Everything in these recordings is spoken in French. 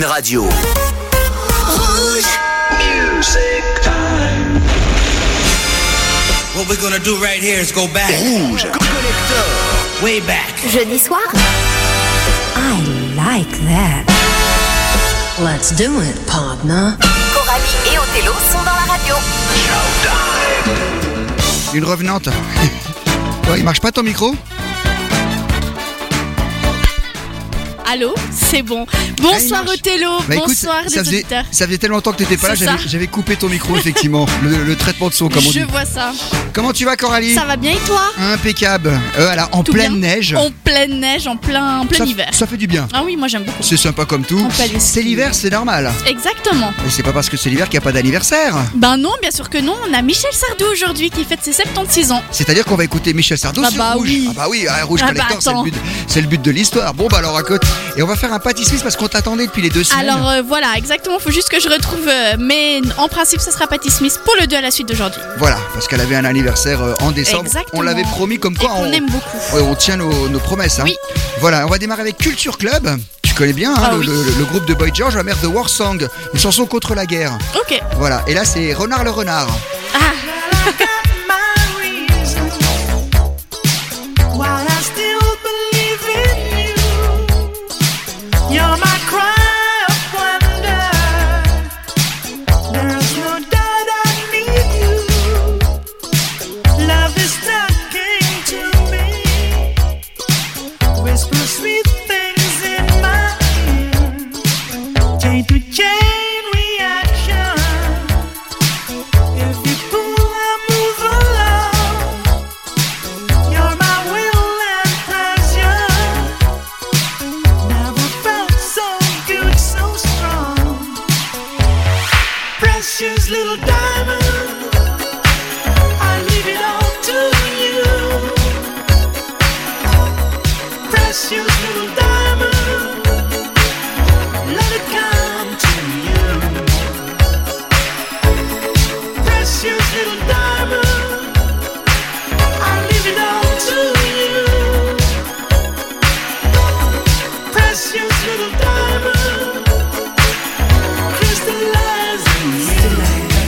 Radio. Rouge. Music time. What we're gonna do right here is go back. Rouge Collector. Way back. Jeudi soir. I like that. Let's do it, partner. Coralie et Othello sont dans la radio. Une revenante. Ouais, il marche pas ton micro ? Allô, c'est bon. Bonsoir Othello, bonsoir écoute, les auditeurs. Ça faisait tellement longtemps que t'étais pas là, C'est ça. j'avais coupé ton micro effectivement, le traitement de son comme on dit. Je vois ça. Comment tu vas Coralie ? Ça va bien et toi ? Impeccable. Alors en Tout pleine bien neige. En pleine neige, en plein hiver. Ça fait du bien. Ah oui, moi j'aime beaucoup. C'est sympa comme tout. On peut aller C'est skier. l'hiver, c'est normal. Exactement. Et c'est pas parce que c'est l'hiver qu'il n'y a pas d'anniversaire. Ben non, bien sûr que non. On a Michel Sardou aujourd'hui qui fête ses 76 ans. C'est-à-dire qu'on va écouter Michel Sardou sur bah Rouge. oui. Ah bah oui, Rouge Ah bah Collector, attends. c'est le but de l'histoire. Bon bah alors à côté. Et on va faire un pâtisserie parce qu'on t'attendait depuis les 2 semaines. Alors voilà, exactement. Faut juste que je retrouve. Mais en principe, ça sera Patty Smith pour le 2 à la suite d'aujourd'hui. Voilà, parce qu'elle avait un anniversaire en décembre. Exactement. On l'avait promis comme quoi Et qu'on aime beaucoup. Ouais, on tient nos promesses. Hein. Oui. Voilà, on va démarrer avec Culture Club. Tu connais bien hein, Ah oui. le groupe de Boy George, la mère de War Song, une chanson contre la guerre. Ok. Voilà, et là c'est Renard le renard. Ah. Chain reaction. If you pull, I move along. You're my will and pleasure. Never felt so good, so strong. Precious little diamond, I leave it all to you. Precious little diamond, let it come to you. Precious little diamond, I leave it all to you. Precious little diamond, crystallize in you.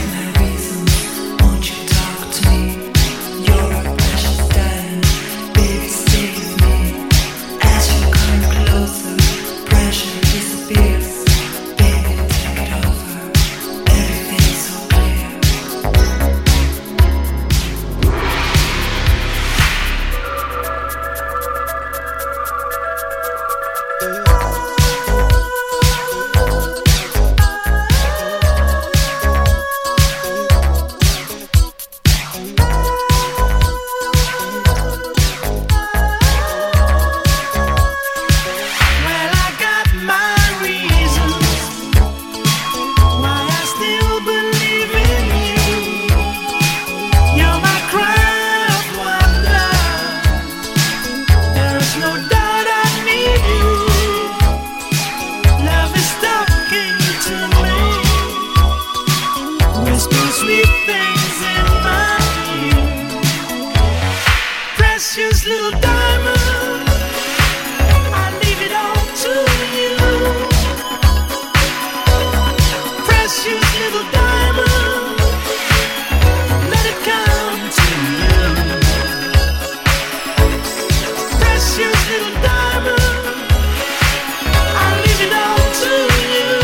Won't you talk to me? You're a precious diamond, baby, stay with me. As you come closer, pressure disappears. Baby, take it over. Everything's so clear. Well, I got my reasons why I still believe in you. You're my cry of wonder. There is no doubt I need you. Love is talking to me. Whisper sweet things in my ear. Precious little diamond, I leave it all to you. Precious little diamond, let it come to you. Precious little diamond, I leave it all to you.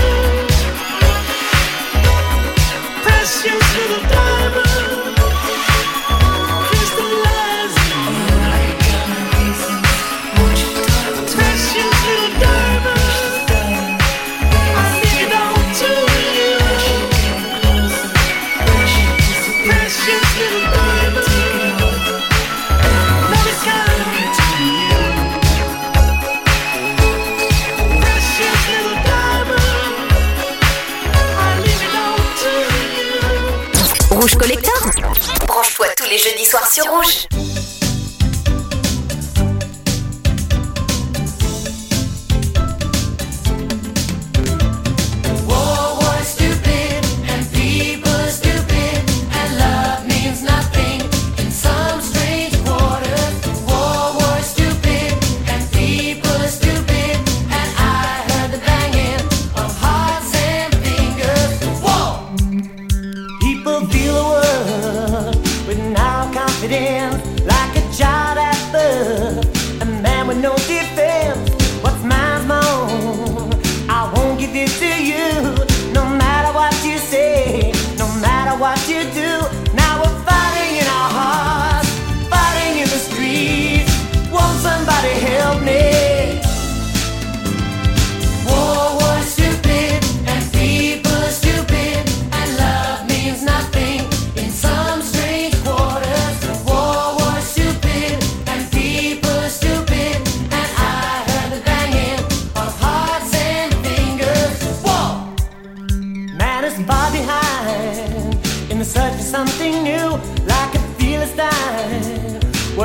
Precious little diamond, crystallize in you. Precious little diamond, I leave it all to you. Precious little diamond, let it come to you. Precious little diamond, I leave it all to you. Rouge Collector. Branche-toi tous les jeudis soirs sur Rouge. Of heart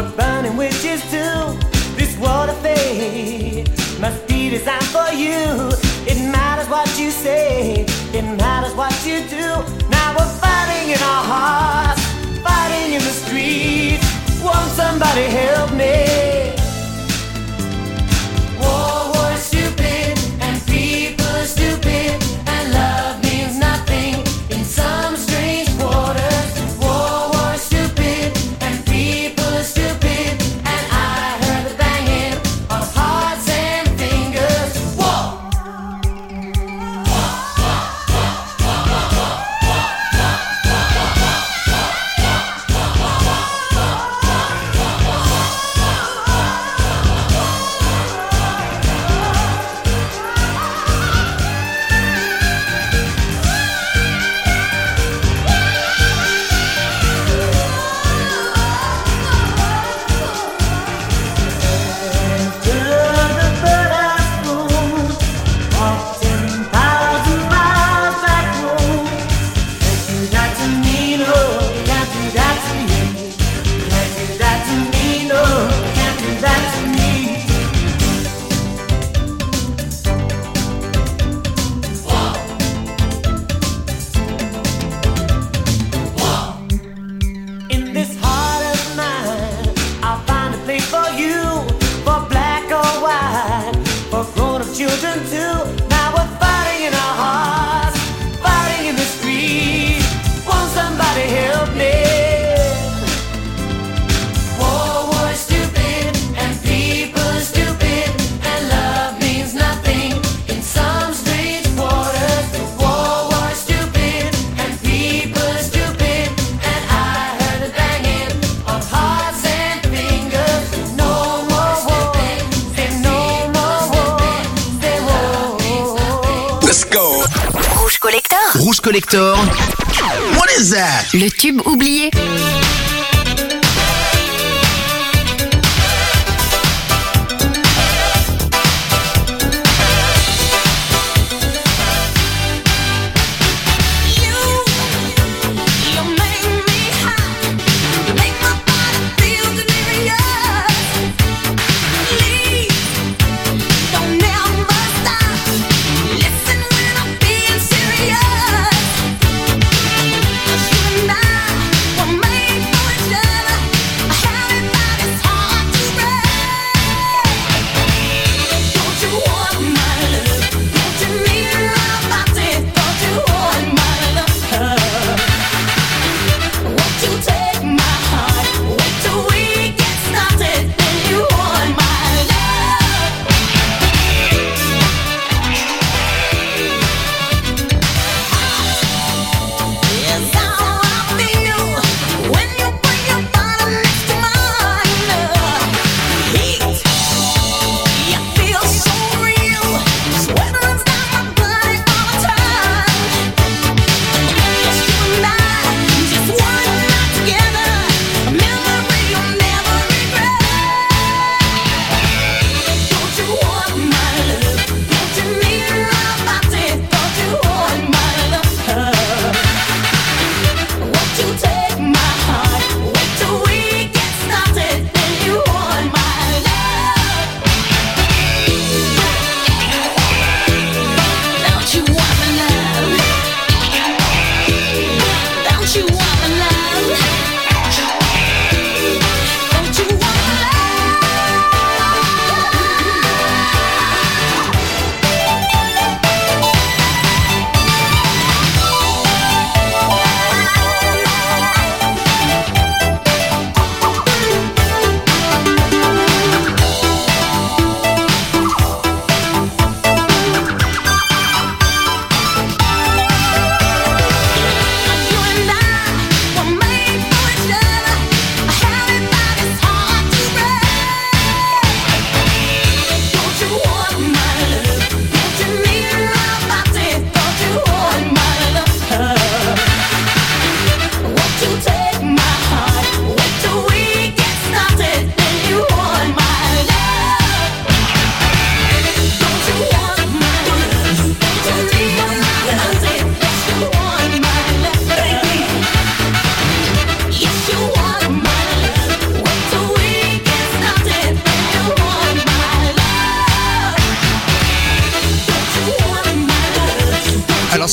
what burning witches do. This world of fate must be designed for you. It matters what you say, it matters what you do. Now we're fighting in our hearts, fighting in the streets. Won't somebody help me? War is stupid and people are stupid, and love means nothing in some strange quarters. War is stupid and people are stupid, and I heard the banging of hearts and fingers. War. In this heart of mine, I'll find a place for you, for black or white, for grown-up children too. Now we're fighting in our hearts, fighting in the streets. Won't somebody help me? War is stupid and people are stupid, and love means nothing in some strange quarters. War is stupid and people are stupid, and I heard the banging of hearts and fingers. No more war, say no more war, say war. Let's go. Rouge Collector, Rouge Collector. What is that? le tube oublié. Made for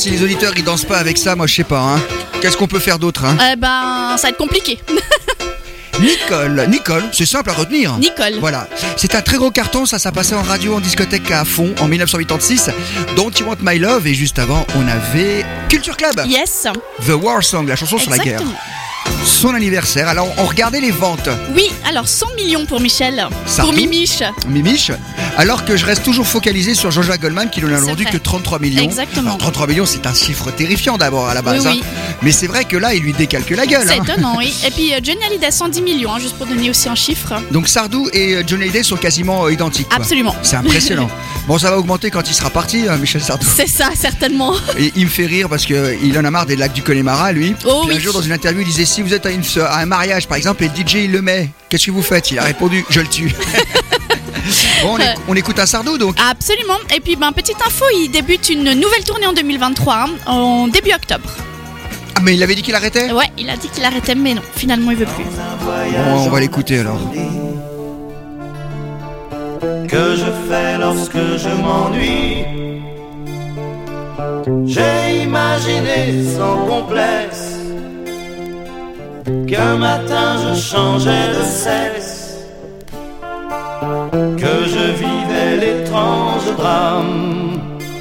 si les auditeurs ils dansent pas avec ça, moi je sais pas. Hein. Qu'est-ce qu'on peut faire d'autre hein? Ça va être compliqué. Nicole, c'est simple à retenir. Nicole. Voilà, c'est un très gros carton, ça passait en radio, en discothèque à fond en 1986. Don't You Want My Love et juste avant on avait Culture Club. Yes. The War Song, la chanson sur la guerre. Son anniversaire, alors on regardait les ventes. Oui, alors 100 millions pour Michel. Sardou. Pour Mimiche. Mimiche. Alors que je reste toujours focalisé sur Jean-Jacques Goldman qui n'en a vendu que 33 millions. Exactement. Alors, 33 millions, c'est un chiffre terrifiant d'abord à la base. Oui. Mais c'est vrai que là, il lui décalque la gueule. C'est étonnant, oui. Et puis Johnny Hallyday, 110 millions, juste pour donner aussi un chiffre. Donc Sardou et Johnny Hallyday sont quasiment identiques. Quoi. Absolument. C'est impressionnant. Bon, ça va augmenter quand il sera parti, Michel Sardou. C'est ça, certainement. Et il me fait rire parce qu'il en a marre des lacs du Connemara, lui. Oh, puis un jour, dans une interview, il disait si vous êtes à un mariage, par exemple, et le DJ il le met, qu'est-ce que vous faites? Il a répondu je le tue. Bon, on écoute un Sardou donc. Absolument. Et puis, petite info, il débute une nouvelle tournée en 2023, en début octobre. Ah, mais il avait dit qu'il arrêtait? Ouais, il a dit qu'il arrêtait, mais non, finalement, il veut plus. Bon, on va l'écouter alors. Que je fais lorsque je m'ennuie. J'ai imaginé sans complexe qu'un matin je changeais de sexe, que je vivais l'étrange drame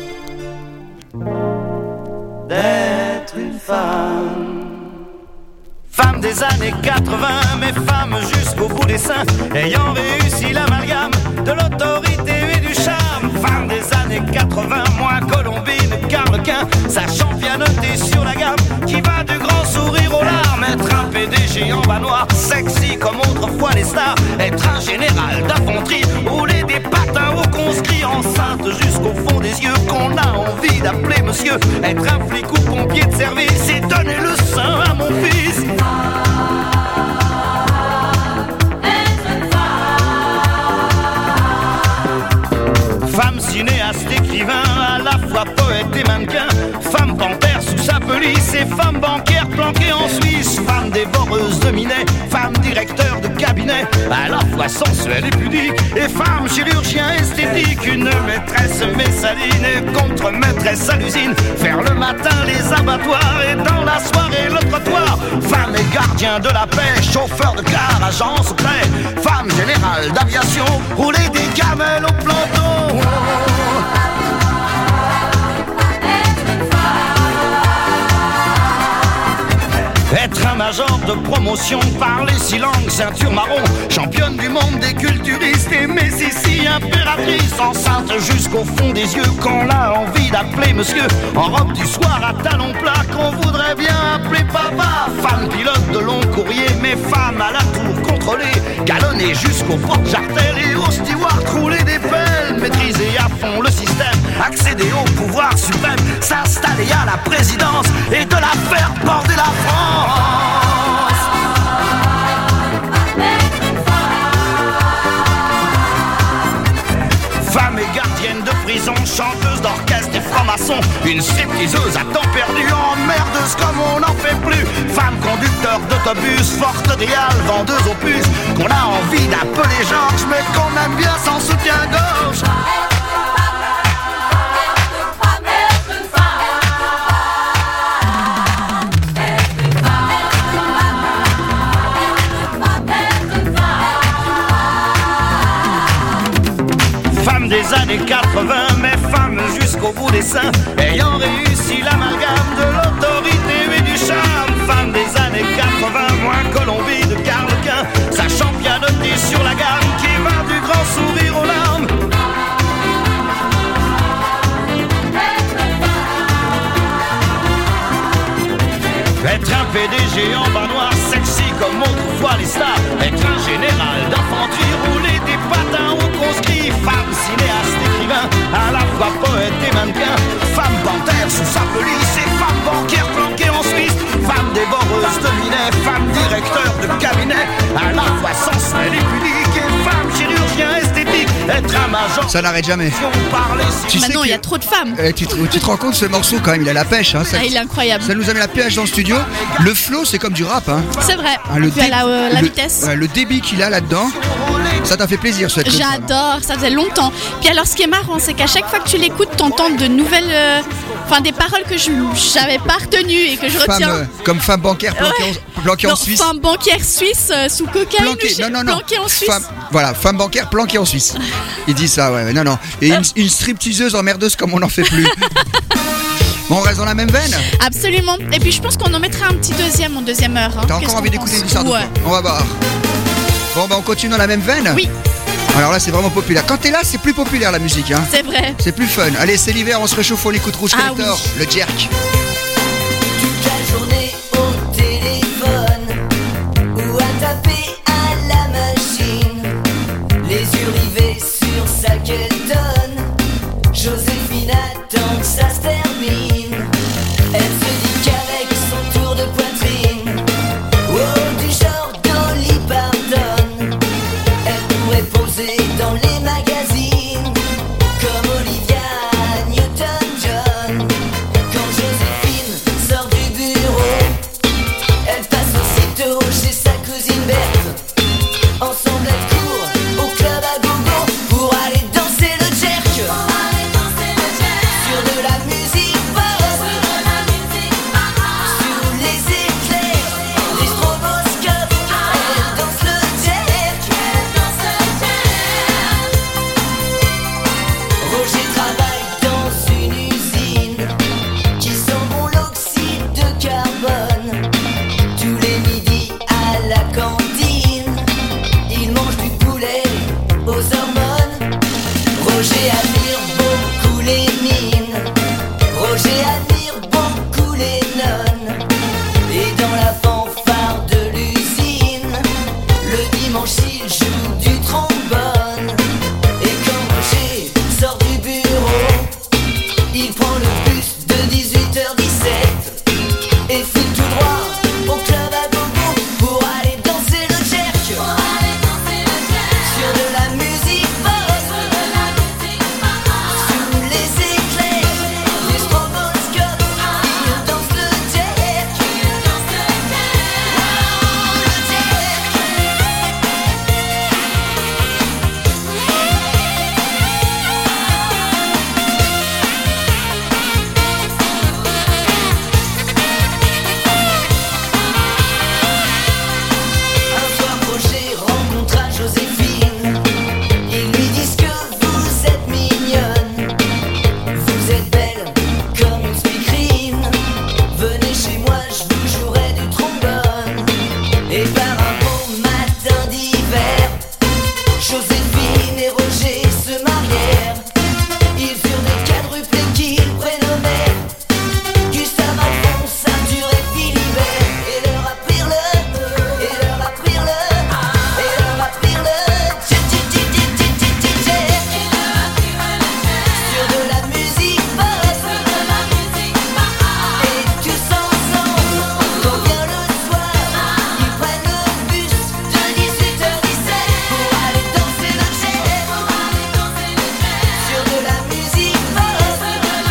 d'être une femme. Femme des années 80, mais femme jusqu'au bout des seins, ayant réussi l'amalgame de l'autorité et du charme. Femme des années 80, moins Colombine, Carlequin, sachant pianoter sur la gamme, qui va du grand sourire aux larmes. Être un PDG en bas noir, sexy comme autrefois les stars. Être un général d'infanterie, rouler des patins aux conscrits, enceinte jusqu'au fond des yeux, qu'on a envie d'appeler monsieur. Être un flic ou pompier de service et donner le sein à mon fils. Femme cinéaste, écrivain, à la fois poète et mannequin. Femme panthère sous sa pelisse et femme bancaire planquée en Suisse. Femme dévoreuse de minet, femme directeur de cabinet, à la fois sensuelle et pudique. Et femme chirurgien esthétique, une maîtresse messaline et contre-maîtresse à l'usine. Faire le matin les abattoirs et dans la soirée le trottoir. Femme et gardien de la paix, chauffeur de car, agent secret. Femme générale d'aviation, rouler des camels au planton. Être un major de promotion, parler 6 langues, ceinture marron, championne du monde des culturistes et Messissi, impératrice, enceinte jusqu'au fond des yeux, qu'on a envie d'appeler monsieur, en robe du soir à talons plats, qu'on voudrait bien appeler papa. Femme pilote de long courrier, mais femme à la tour contrôlée, galonnée jusqu'au porte-jartel et au steward rouler des pelles, maîtriser à fond le système, accéder au pouvoir suprême, s'installer à la présidence et de la faire border la France. Femme et gardienne de prison, chanteuse d'orchestre et franc-maçon, une stripteaseuse à temps perdu, emmerdeuse comme on n'en fait plus. Femme conducteur d'autobus, forte réale, vendeuse aux puces, qu'on a envie d'appeler Georges, mais qu'on aime bien sans soutien-gorge. Des années 80, mais femme jusqu'au bout des seins, ayant réussi l'amalgame de l'autorité et du charme. Femme des années 80, moins Colombie de Carlequin, sachant pianoter sur la gamme, qui va du grand sourire aux larmes. Être un PDG en bas noir, sexy comme autrefois les stars. Être un général d'infanterie, rouler des patins aux conscrits. Femme cinéaste, écrivain, à la fois poète et mannequin. Femme panthère sous sa pelisse et femme bancaire planquée en Suisse. Femme dévoreuse de minet, femme directeur de cabinet, à la fois sensuelle et pudique. Et femme chirurgien esthétique, être un major. Ça n'arrête jamais. Maintenant, il y a trop de femmes. Tu te rends compte, ce morceau quand même, il a la pêche. Hein, il est incroyable. Ça nous a mis la pêche dans le studio. Le flow, c'est comme du rap. Hein. C'est vrai. Hein, Puis la vitesse. Le débit qu'il a là-dedans, ça t'a fait plaisir. J'adore, ça faisait longtemps. Puis alors, ce qui est marrant, c'est qu'à chaque fois que tu l'écoutes, t'entends de nouvelles Enfin, des paroles que je n'avais pas retenues et que je retiens. Comme femme bancaire planquée en Suisse. Femme bancaire suisse sous cocaïne. Planquée en Suisse. Femme bancaire planquée en Suisse. Il dit ça, ouais, non. Et une stripteaseuse emmerdeuse comme on n'en fait plus. Bon, on reste dans la même veine. Absolument. Et puis je pense qu'on en mettra un petit deuxième en deuxième heure. T'as encore envie d'écouter du Sardou? Ouais. On va voir. Bon, on continue dans la même veine. Oui. Alors là, c'est vraiment populaire. Quand t'es là, c'est plus populaire la musique. Hein. C'est vrai. C'est plus fun. Allez, c'est l'hiver, on se réchauffe, on écoute Rouge Collector, le jerk. Toute la journée au téléphone ou à taper à la machine, les yeux rivés sur sa donne. Joséphine attend que ça se termine. Elle se dit qu'avec son tour de poitrine, oh, du genre Dolly Parton, elle pourrait poser dans les magazines comme Olivia Newton-John. Quand Joséphine sort du bureau, elle passe aussitôt chez sa cousine Berthe. Ensemble elles courent au club à gogo pour aller danser le jerk. Sur de la musique pop, sous les éclairs, les stroboscopes, elle danse le jerk. Roger travaille dans une usine qui sent bon l'oxyde de carbone. Tous les midis à la cantine, il mange du poulet aux hormones. Roger admire beaucoup les mines, Roger admire beaucoup les nonnes. Et dans la fanfare de l'usine, le dimanche il joue du trombone. Et quand Roger sort du bureau, il prend le bus de 18h17 et file tout droit au club à gogo pour aller danser le jerk. Sur de la musique pop, sous les éclairs, les stroboscopes, il danse le jerk. Un soir Roger rencontra Joséphine. Ils lui disent que vous êtes mignonne, vous êtes belle comme une speakerine. Venez chez moi, je vous jouerai du trombone. Et par un beau matin d'hiver, Joséphine et Roger se marièrent. Ils furent des quadruplés qu'ils prénommèrent Gustave, Alphonse, Arthur et Philibert. Et leur apprirent et leur apprirent et leur apprirent jerk. Sur de la musique pop, et tous ensemble, quand vient le soir, ils prennent le bus de 18h17 pour aller danser le jerk. Sur de la musique pop,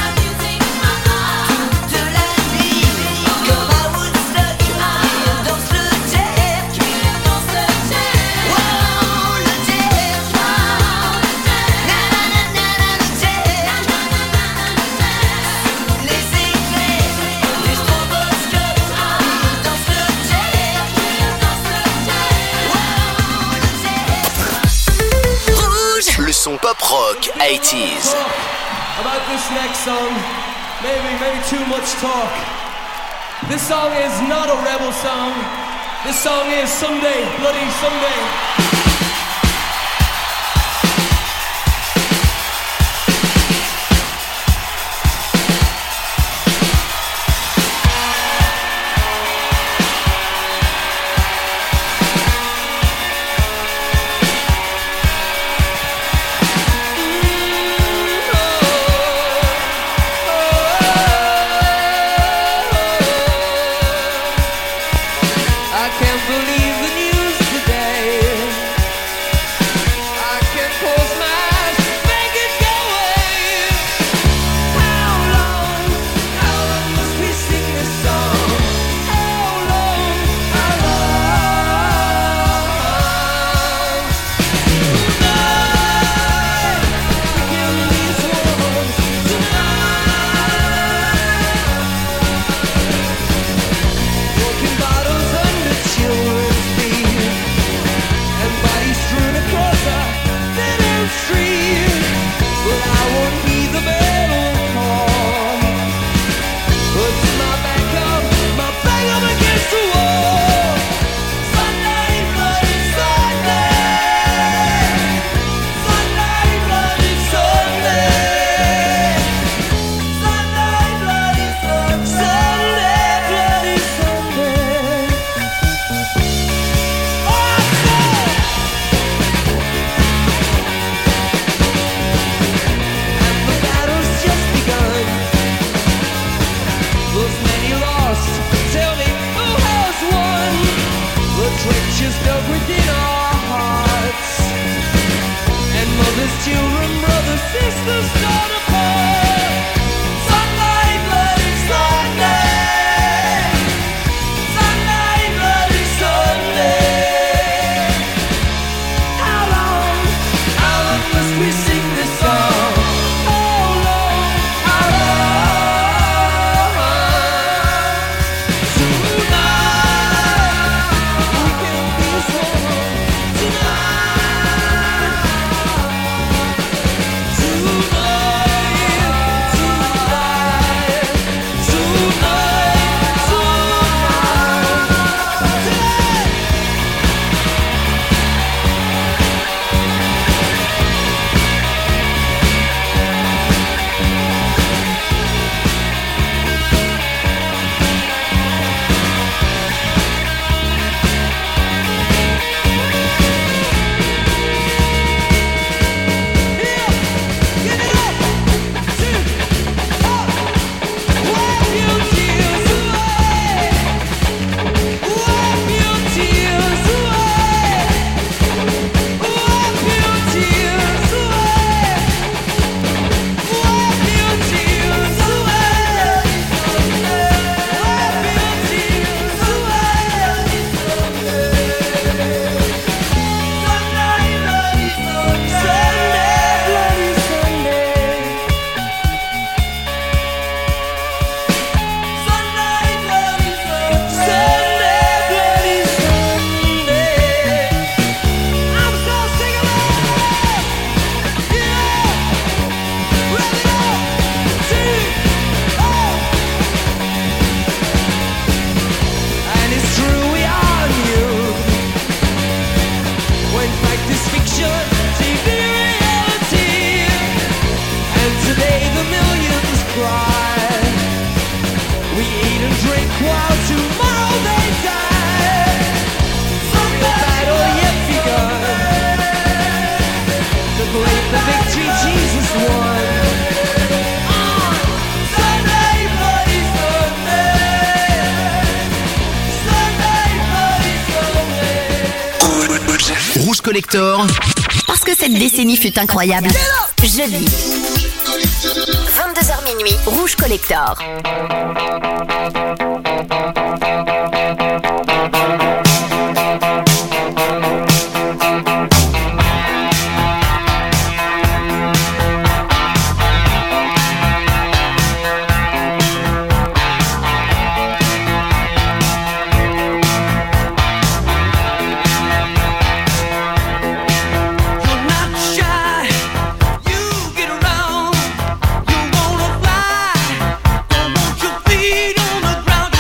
toute la nuit, comme à Woodstock, ils dansent le jerk. Wow, le jerk. Nanana, le jerk. Sous les éclairs, les stroboscopes, ils dansent le jerk. Wow, le jerk. Rouge. Le son pop rock 80s. About this next song, maybe too much talk. This song is not a rebel song. This song is Someday, Bloody Someday. I can't believe the news today. Rouge Collector. Parce que cette décennie fut incroyable. Jeudi. 22h minuit. Rouge Collector. Feet on the ground.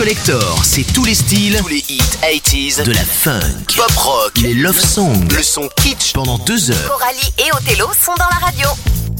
Collector, c'est tous les styles, tous les hits 80s, de la funk, pop rock, les love songs, le son kitsch pendant 2 heures. Coralie et Othello sont dans la radio.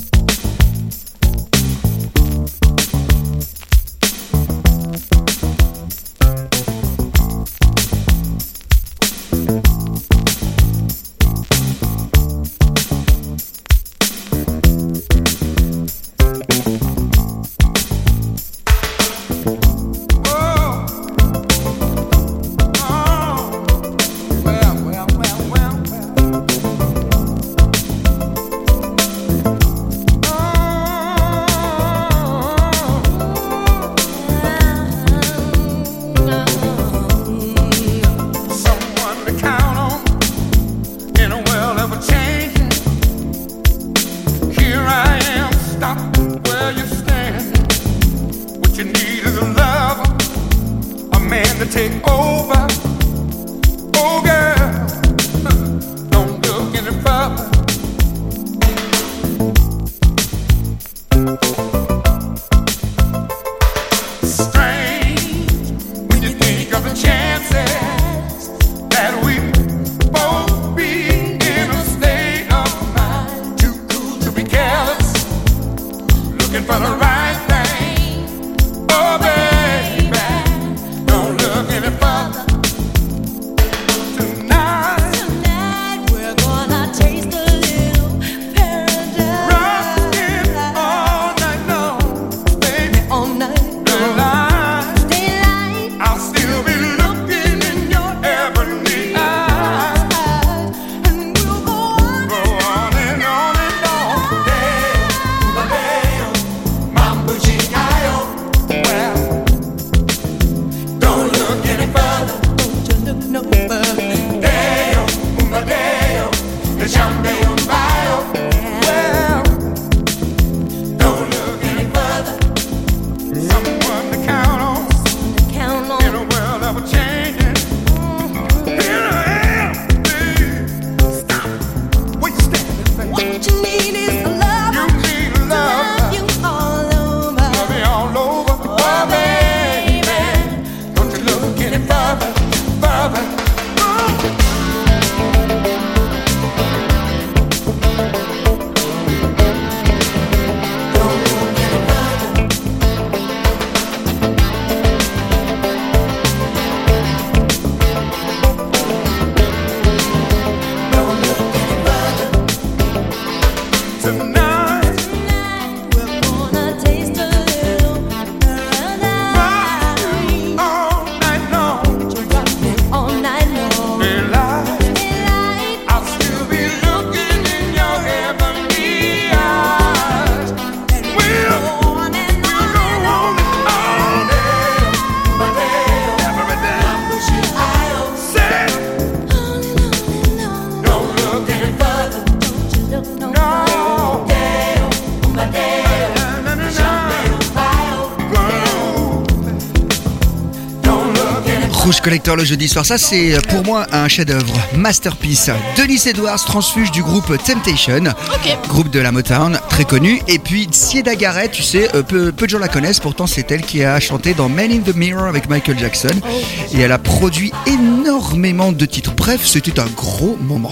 Rouge Collector le jeudi soir, ça c'est pour moi un chef-d'œuvre, masterpiece. Denise Edwards, transfuge du groupe Temptation, groupe de la Motown très connu. Et puis Sieda Garrett, tu sais, peu de gens la connaissent, pourtant c'est elle qui a chanté dans Man in the Mirror avec Michael Jackson. Et elle a produit énormément de titres. Bref, c'était un gros moment.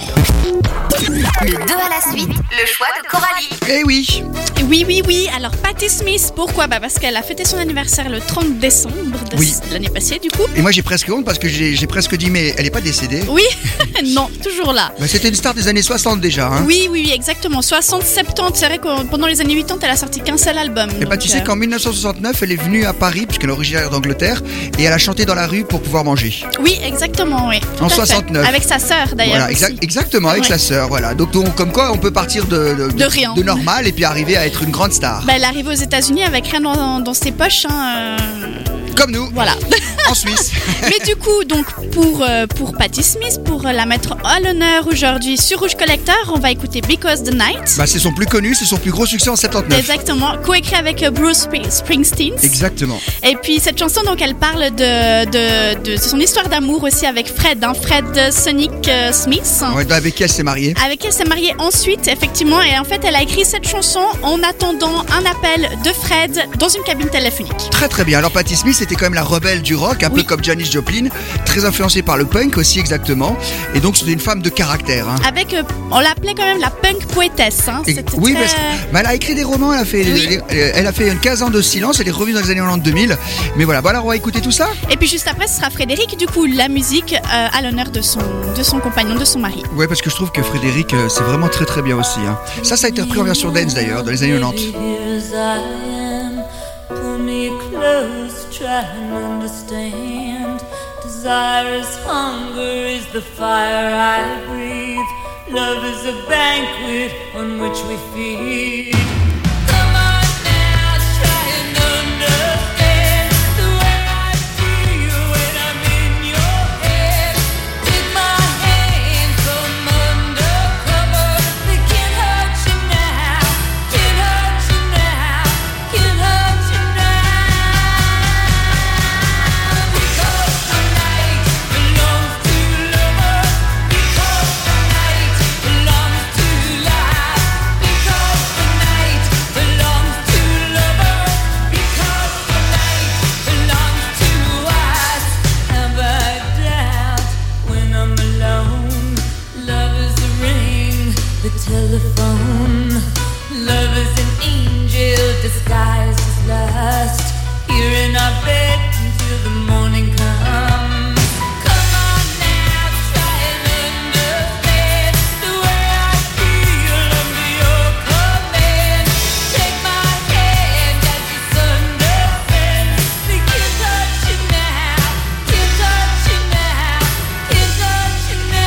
Le 2 à la suite, le choix de Coralie. Eh oui. Oui. Alors Patti Smith, pourquoi ? Parce qu'elle a fêté son anniversaire le 30 décembre de l'année passée du coup. Et moi j'ai presque honte parce que j'ai presque dit mais elle est pas décédée. Oui, non, toujours là. C'était une star des années 60 déjà. Hein. Oui, exactement. 60-70, c'est vrai que pendant les années 80, elle a sorti qu'un seul album. Et tu sais qu'en 1969, elle est venue à Paris, puisqu'elle est originaire d'Angleterre, et elle a chanté dans la rue pour pouvoir manger. Oui, exactement, oui. En 69. Avec sa sœur d'ailleurs. Voilà, exactement, avec sa sœur. Voilà. Donc comme quoi on peut partir de rien. De normal et puis arriver à être une grande star. Elle arrive aux États-Unis avec rien dans ses poches. Comme nous. Voilà. En Suisse. Mais du coup, donc pour Patti Smith, pour la mettre à l'honneur aujourd'hui sur Rouge Collector, on va écouter Because the Night. C'est son plus connu, c'est son plus gros succès en 79. Exactement, coécrit avec Bruce Springsteen. Exactement. Et puis cette chanson, donc, elle parle de son histoire d'amour aussi avec Fred, Fred Sonic Smith. Ouais, avec qui elle s'est mariée. Avec qui elle s'est mariée ensuite, effectivement. Et en fait, elle a écrit cette chanson en attendant un appel de Fred dans une cabine téléphonique. Très très bien. Alors Patti Smith, c'était quand même la rebelle du rock, un peu comme Janis Joplin, très influencée par le punk aussi exactement. Et donc c'était une femme de caractère. Hein. Avec, on l'appelait quand même la punk poétesse. Hein. Oui, très... elle a écrit des romans, elle a fait 15 ans de silence, elle est revenue dans les années 90-2000. Mais voilà, alors on va écouter tout ça. Et puis juste après, ce sera Frédéric, du coup, la musique à l'honneur de son compagnon, de son mari. Ouais, parce que je trouve que Frédéric, c'est vraiment très très bien aussi. Hein. Ça a été repris en version dance d'ailleurs, dans les années 90. Desirous hunger is the fire I breathe. Love is a banquet on which we feed. Come on now, try and understand the way I feel when I'm in your head. Take my hand, come undercover. They can't hurt you now, can't hurt you now, can't hurt you now. Telephone. Love is an angel disguised as lust. Here in our bed until the morning comes. Come on now, try and understand the way I feel under your command. Take my hand as the sun descends. They can't touch you now, can't touch you now, can't touch you now.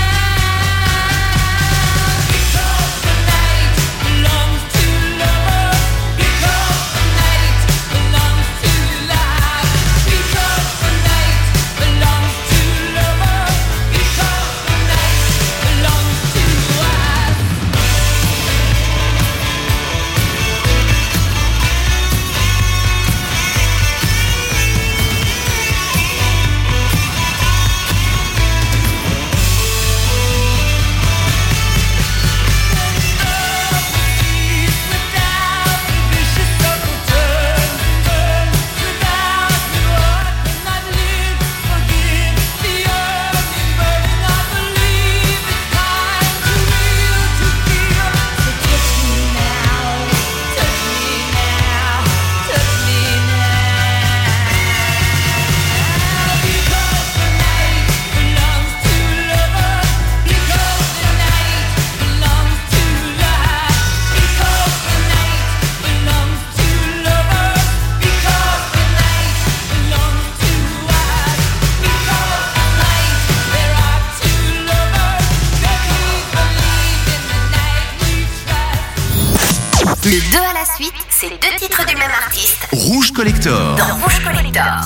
Le 2 à la suite, c'est 2 titres du même artiste. Rouge Collector. Dans Rouge Collector.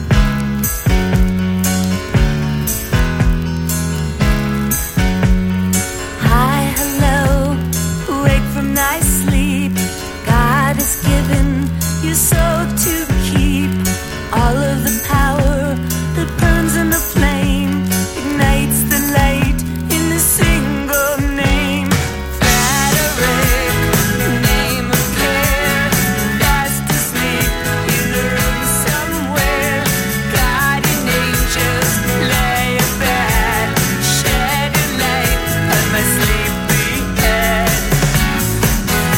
Hi, hello, wake from nice sleep. God has given you soul to keep. All of the power that burns in the flame ignites the light in a single name. Frederick, name of care, fast asleep in the room somewhere. Guardian angels lay a bed, shed a light on my sleepy head.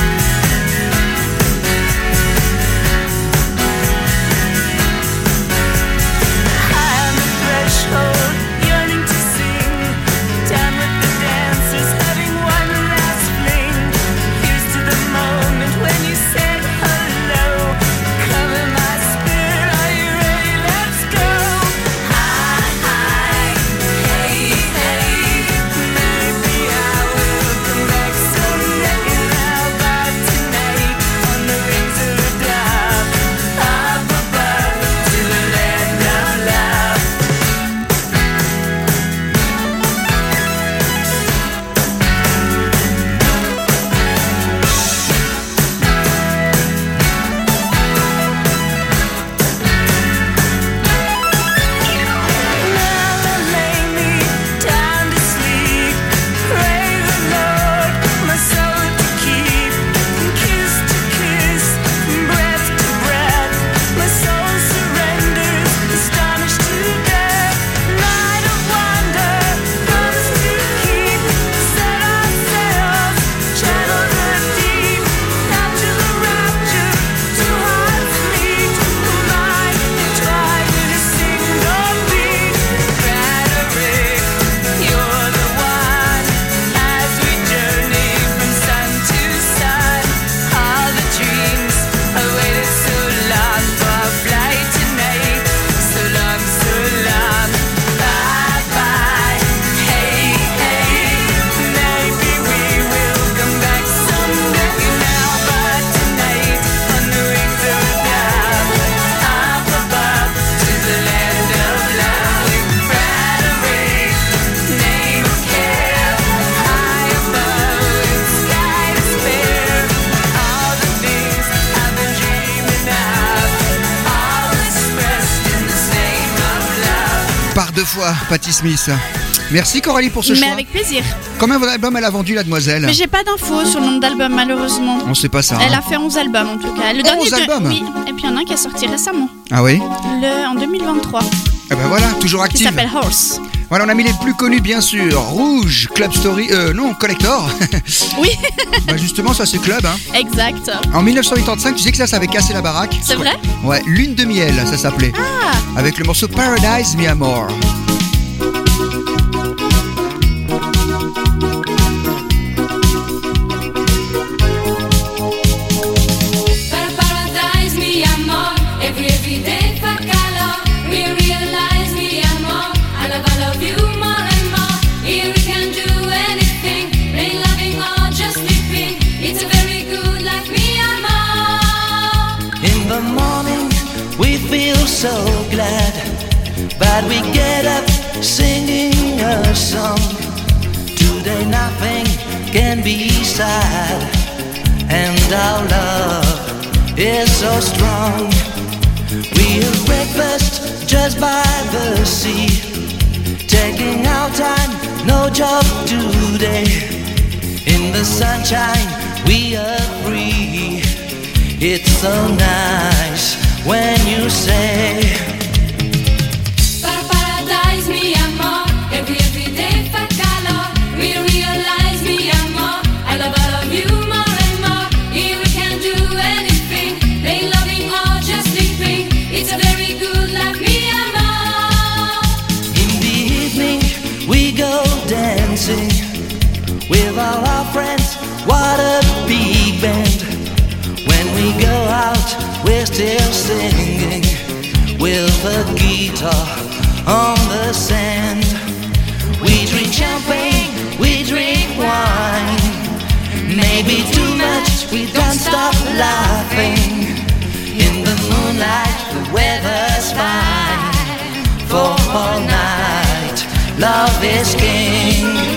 2 fois, Patti Smith. Merci Coralie pour ce Mais choix. avec plaisir. Combien d'albums elle a vendu, la demoiselle? Mais j'ai pas d'infos sur le nombre d'albums, malheureusement. On sait pas ça. Elle hein. a fait 11 albums en tout cas. Le 11 albums? Oui, et puis il y en a un qui est sorti récemment. Ah oui? En 2023. Eh ben voilà, toujours Qui active. s'appelle Horse. Voilà, on a mis les plus connus bien sûr. Rouge, Club Story, non, Collector. Oui. Bah justement, ça c'est Club. Hein. Exact. En 1985, tu sais que ça avait cassé la baraque. C'est vrai? Ouais, Lune de miel, ça s'appelait. Ah. Avec le morceau Paradise Mi Amor. Paradise, mi amor, every day fa calor. We realize, mi amor, I love you more and more. Here we can do anything, play loving or just sleeping. It's a very good life, mi amor. In the morning we feel so glad, but we get up singing a song. Today nothing can be sad, and our love is so strong. We have breakfast just by the sea, taking our time, no job today. In the sunshine we are free. It's so nice when you say Paradise, mi amor, every day fa calor. We realize, mi amor, I love you more and more. Here we can do anything, play loving or just sleeping. It's a very good life, mi amor. in the evening we go dancing with all our friends. What a big band. When we go out we're still singing with a guitar on the sand. We drink champagne, we drink wine, maybe too much, we don't stop laughing. In the moonlight the weather's fine, for all night love is king.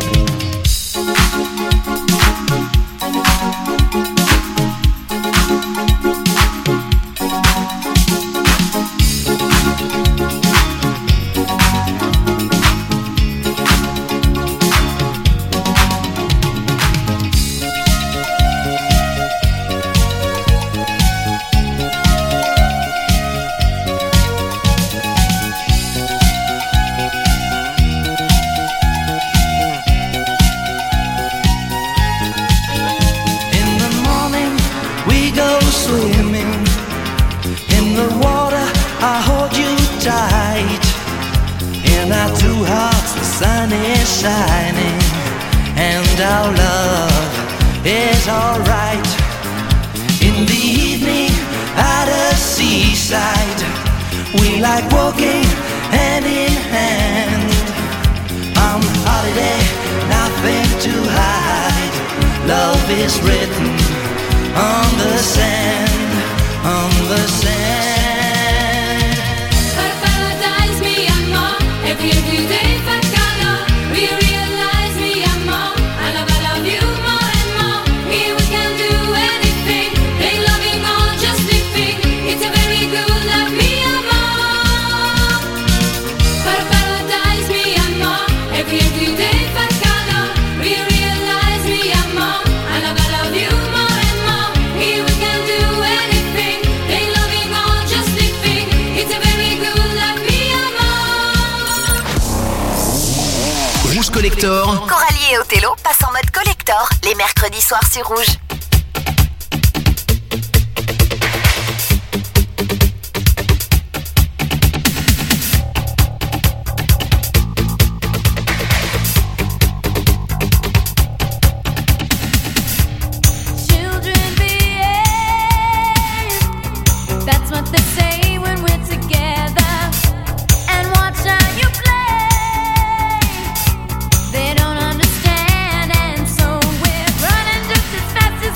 In the morning we go swimming. In the water I hold you tight. In our two hearts the sun is shining, and our love is alright. In the evening at a seaside we like walking hand in hand. On holiday, nothing to hide. Love is written on the sand, on the sand. Paradise, mi amor, every day fa calor. We realize, mi amor, I love you more and more. Here we can do anything, play loving or just sleeping. It's a very good life, mi amor. Paradise, mi amor, every day fa calor. We realize, mi amor, I love you more and more. Here we can do anything, play loving or just sleeping. It's a very good life, mi amor. Rouge Collector, Coralie et Othello passent en mode collector les mercredis soirs sur Rouge. Children behave. That's what they say when we're together. And watch how you play. They don't understand, and so we're running just as fast as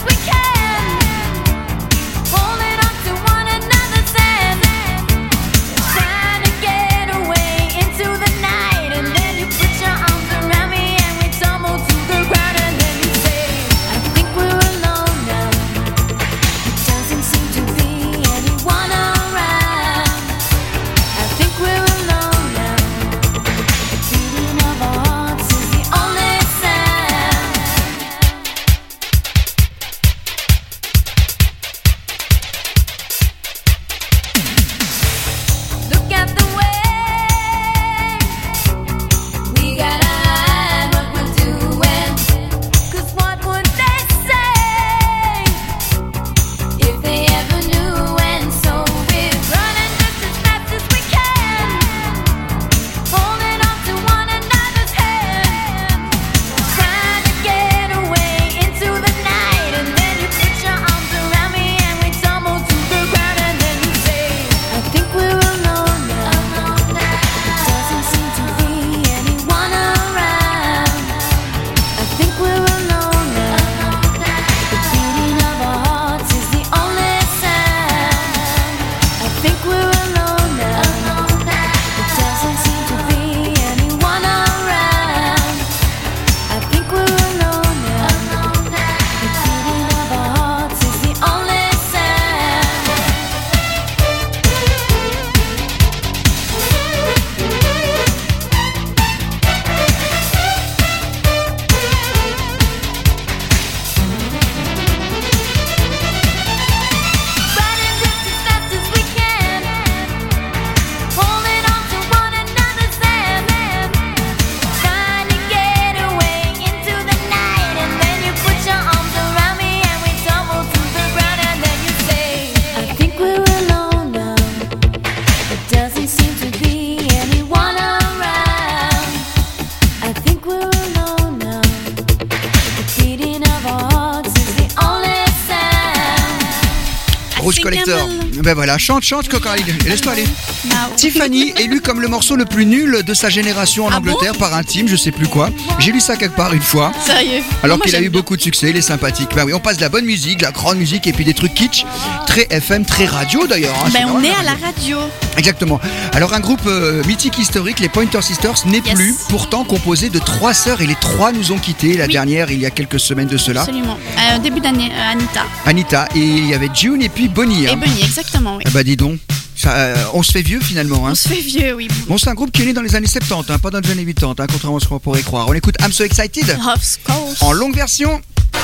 Rouge Collector. Ben voilà, chante, Coca, laisse-toi aller. Tiffany, élu comme le morceau le plus nul de sa génération en Angleterre par un team, je sais plus quoi. J'ai lu ça quelque part une fois. Sérieux? Alors Moi, qu'il a j'aime eu bien. beaucoup de succès, il est sympathique. Ben oui, on passe de la bonne musique, de la grande musique et puis des trucs kitsch, très FM, très radio d'ailleurs. hein, c'est Ben, on normal, est à la radio. Exactement. Alors un groupe mythique historique, les Pointer Sisters, n'est plus, pourtant composé de 3 sœurs et les 3 nous ont quittés. La dernière il y a quelques semaines de cela. Absolument. Début d'année, Anita. Anita, et il y avait June et puis Bonnie. Et hein. Bonnie, exactement, oui. Ah bah dis donc, ça, on se fait vieux finalement. Hein. On se fait vieux, oui. Bon, c'est un groupe qui est né dans les années 70, hein, pas dans les années 80, hein, contrairement à ce qu'on pourrait croire. On écoute I'm So Excited Of course. en longue version.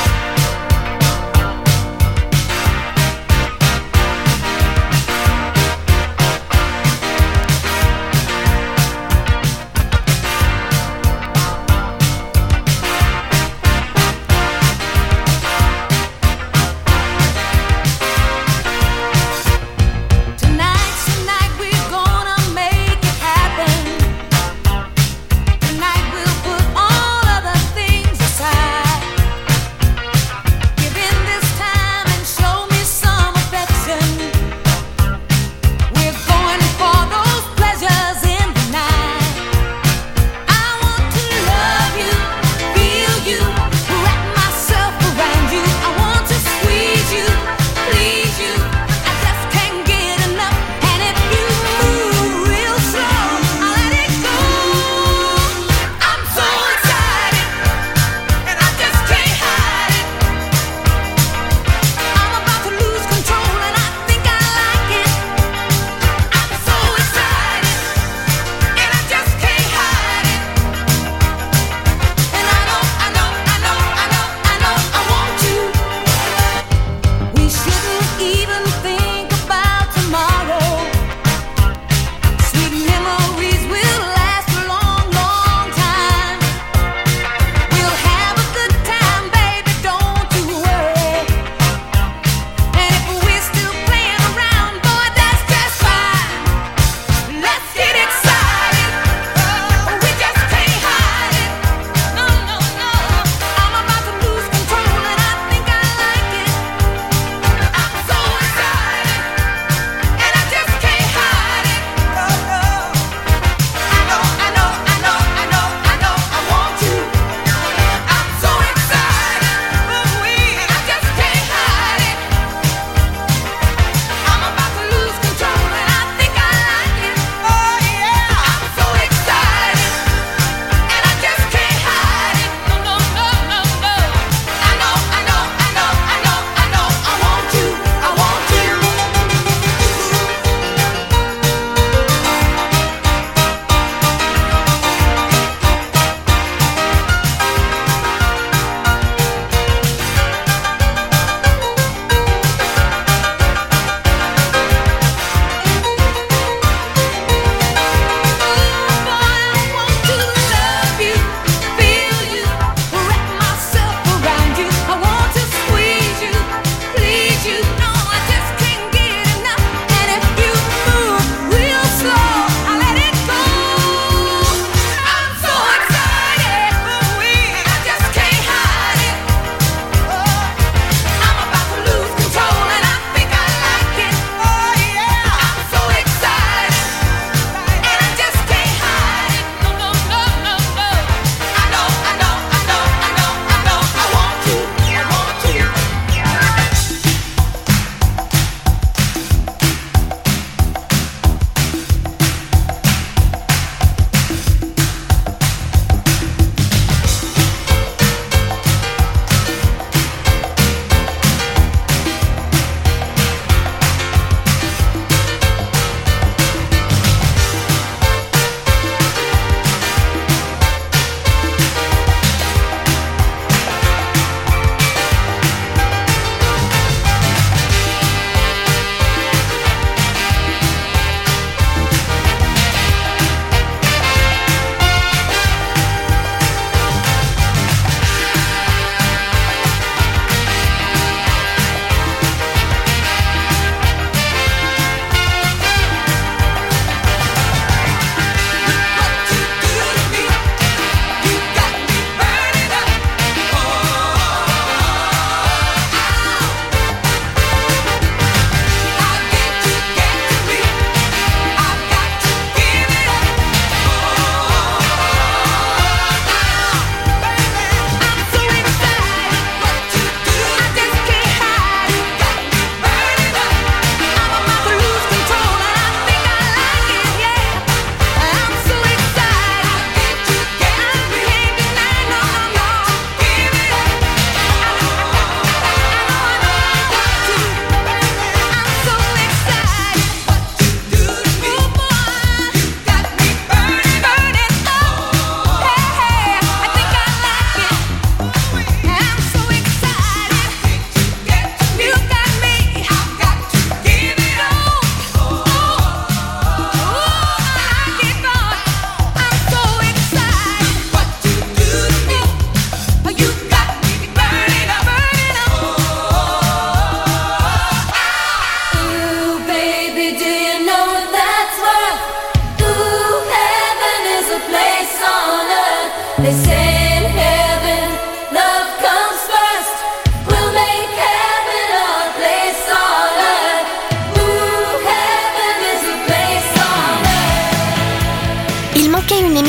Tonight's the night we're gonna make it happen. Tonight we'll put all other things aside.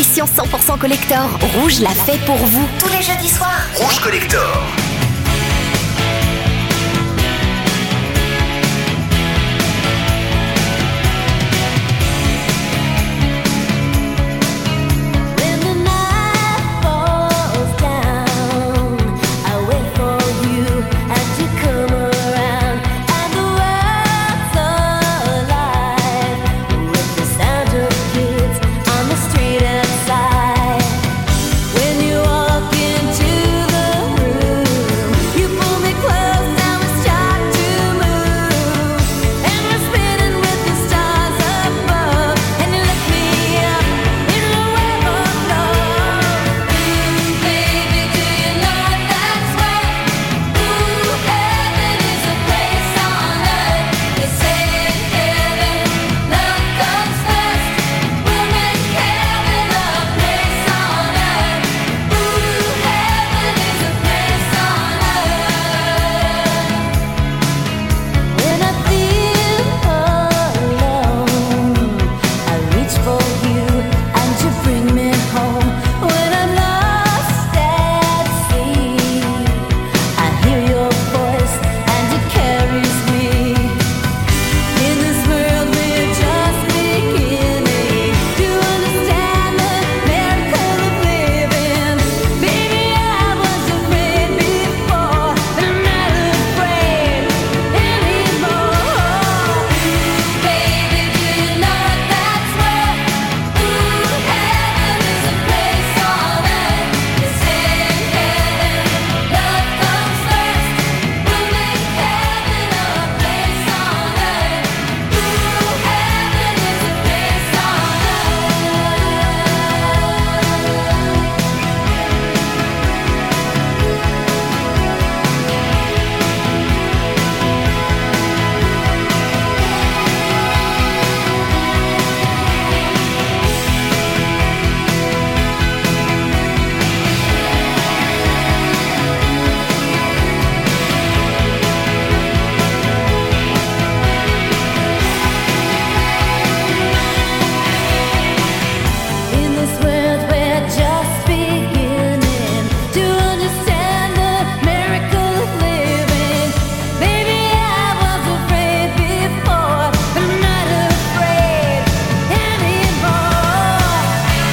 émission 100% collector. Rouge l'a fait pour vous tous les jeudis soirs. Rouge Collector. When the night falls down, I wait for you as you come around, and the world's alive with the sound of kids on the street outside. When you walk into the room, you pull me close and we start to move, and we're spinning with the stars above, and you lift me up in the web of love. Baby, do you know that's right? Ooh, heaven is a place on earth. They say in heaven, love comes first. We'll make heaven a place on earth. Ooh, heaven is a place on earth. When I feel alone, I reach for you and you bring me home. When I'm lost at sea, I hear your voice and it carries me. In this world we're just beginning to understand the miracle of living. Baby, I was afraid before, but I'm not afraid anymore. Baby, do you know that's right? Ooh, heaven is a place on earth. They say in heaven, love comes first. We'll make heaven a place on earth. Ooh, heaven is a place on In this world we're just beginning to understand the miracle of living. Baby, I was afraid before, but I'm not afraid anymore.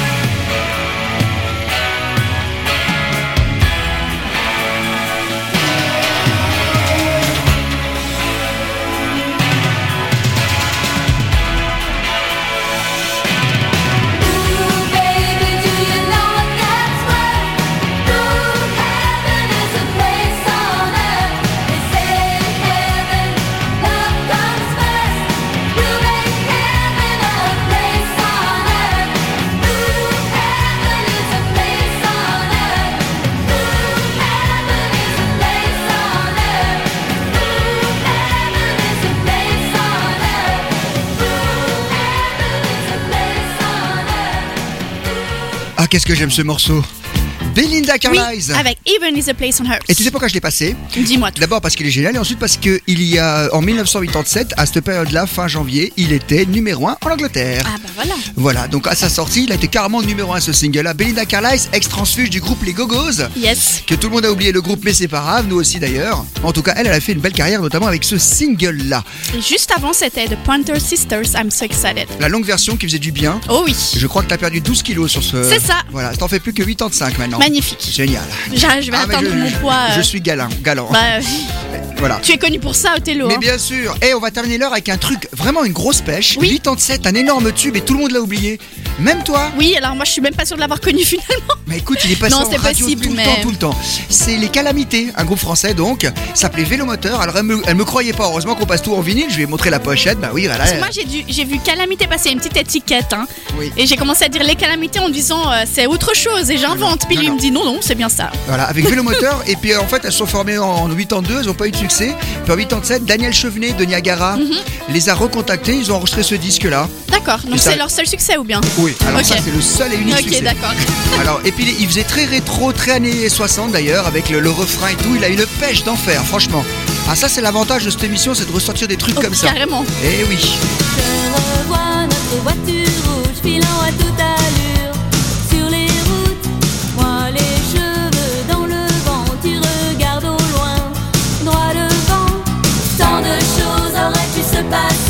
Ooh, baby, do you know that's right? Ooh, heaven is a place on earth. They say in heaven, love comes first. We'll make heaven a place on earth. Ooh, heaven is a place on earth. Ooh, heaven is a place on earth. Ooh, heaven is a place on earth. Ooh, heaven is a place on earth. Ah, qu'est-ce que j'aime ce morceau. Belinda Oui, Carlisle. avec Even is a Place on Earth. Et tu sais pourquoi je l'ai passé? Dis-moi tout. D'abord parce qu'il est génial et ensuite parce que il y a en 1987, à cette période-là, fin janvier, il était numéro 1 en Angleterre. Ah bah voilà. Voilà, donc à sa sortie, il a été carrément numéro 1 ce single-là. Belinda Carlisle, ex-transfuge du groupe Les Go-Go's. Yes. Que tout le monde a oublié le groupe, mais c'est pas grave, nous aussi d'ailleurs. En tout cas, elle a fait une belle carrière, notamment avec ce single-là. Et juste avant, c'était The Pointer Sisters, I'm So Excited. La longue version qui faisait du bien. Oh oui. Je crois que t'as perdu 12 kilos sur ce. C'est ça. Voilà, t'en fais plus que 85 maintenant. Magnifique. Génial. Je vais Ah, mais atteindre mon poids. Je suis galant. Bah, Voilà. tu es connu pour ça, Othello. Mais hein. bien sûr. Et on va terminer l'heure avec un truc, vraiment une grosse pêche. Oui. 87, un énorme tube et tout le monde l'a oublié. Même toi. Oui, alors moi je suis même pas sûre de l'avoir connu finalement. Mais écoute, il est passé Non, en c'est radio possible, tout le mais- temps, tout le temps. C'est les Calamités, un groupe français donc, s'appelait Vélomoteur. Alors elle me croyait pas, heureusement qu'on passe tout en vinyle. Je lui ai montré la pochette, bah oui, voilà. Parce que moi j'ai vu Calamité passer une petite étiquette hein, et j'ai commencé à dire les calamités en disant c'est autre chose et j'invente. Puis lui il me dit non, c'est bien ça. Voilà, avec Vélomoteur. Et puis en fait, elles se sont formées en 82, elles n'ont pas eu de succès. Puis en 87, Daniel Chevenet de Niagara les a recontactés, ils ont enregistré ce disque-là. D'accord, donc Et ça- c'est leur seul succès ou bien? Oui, alors Ok. ça c'est le seul et unique Ok, succès. d'accord. Alors, et puis il faisait très rétro, très années 60 d'ailleurs, avec le refrain et tout. Il a une pêche d'enfer, franchement. Ah, ça c'est l'avantage de cette émission, c'est de ressortir des trucs comme ça. Carrément. Eh oui. Je revois notre voiture rouge filant à toute allure passer.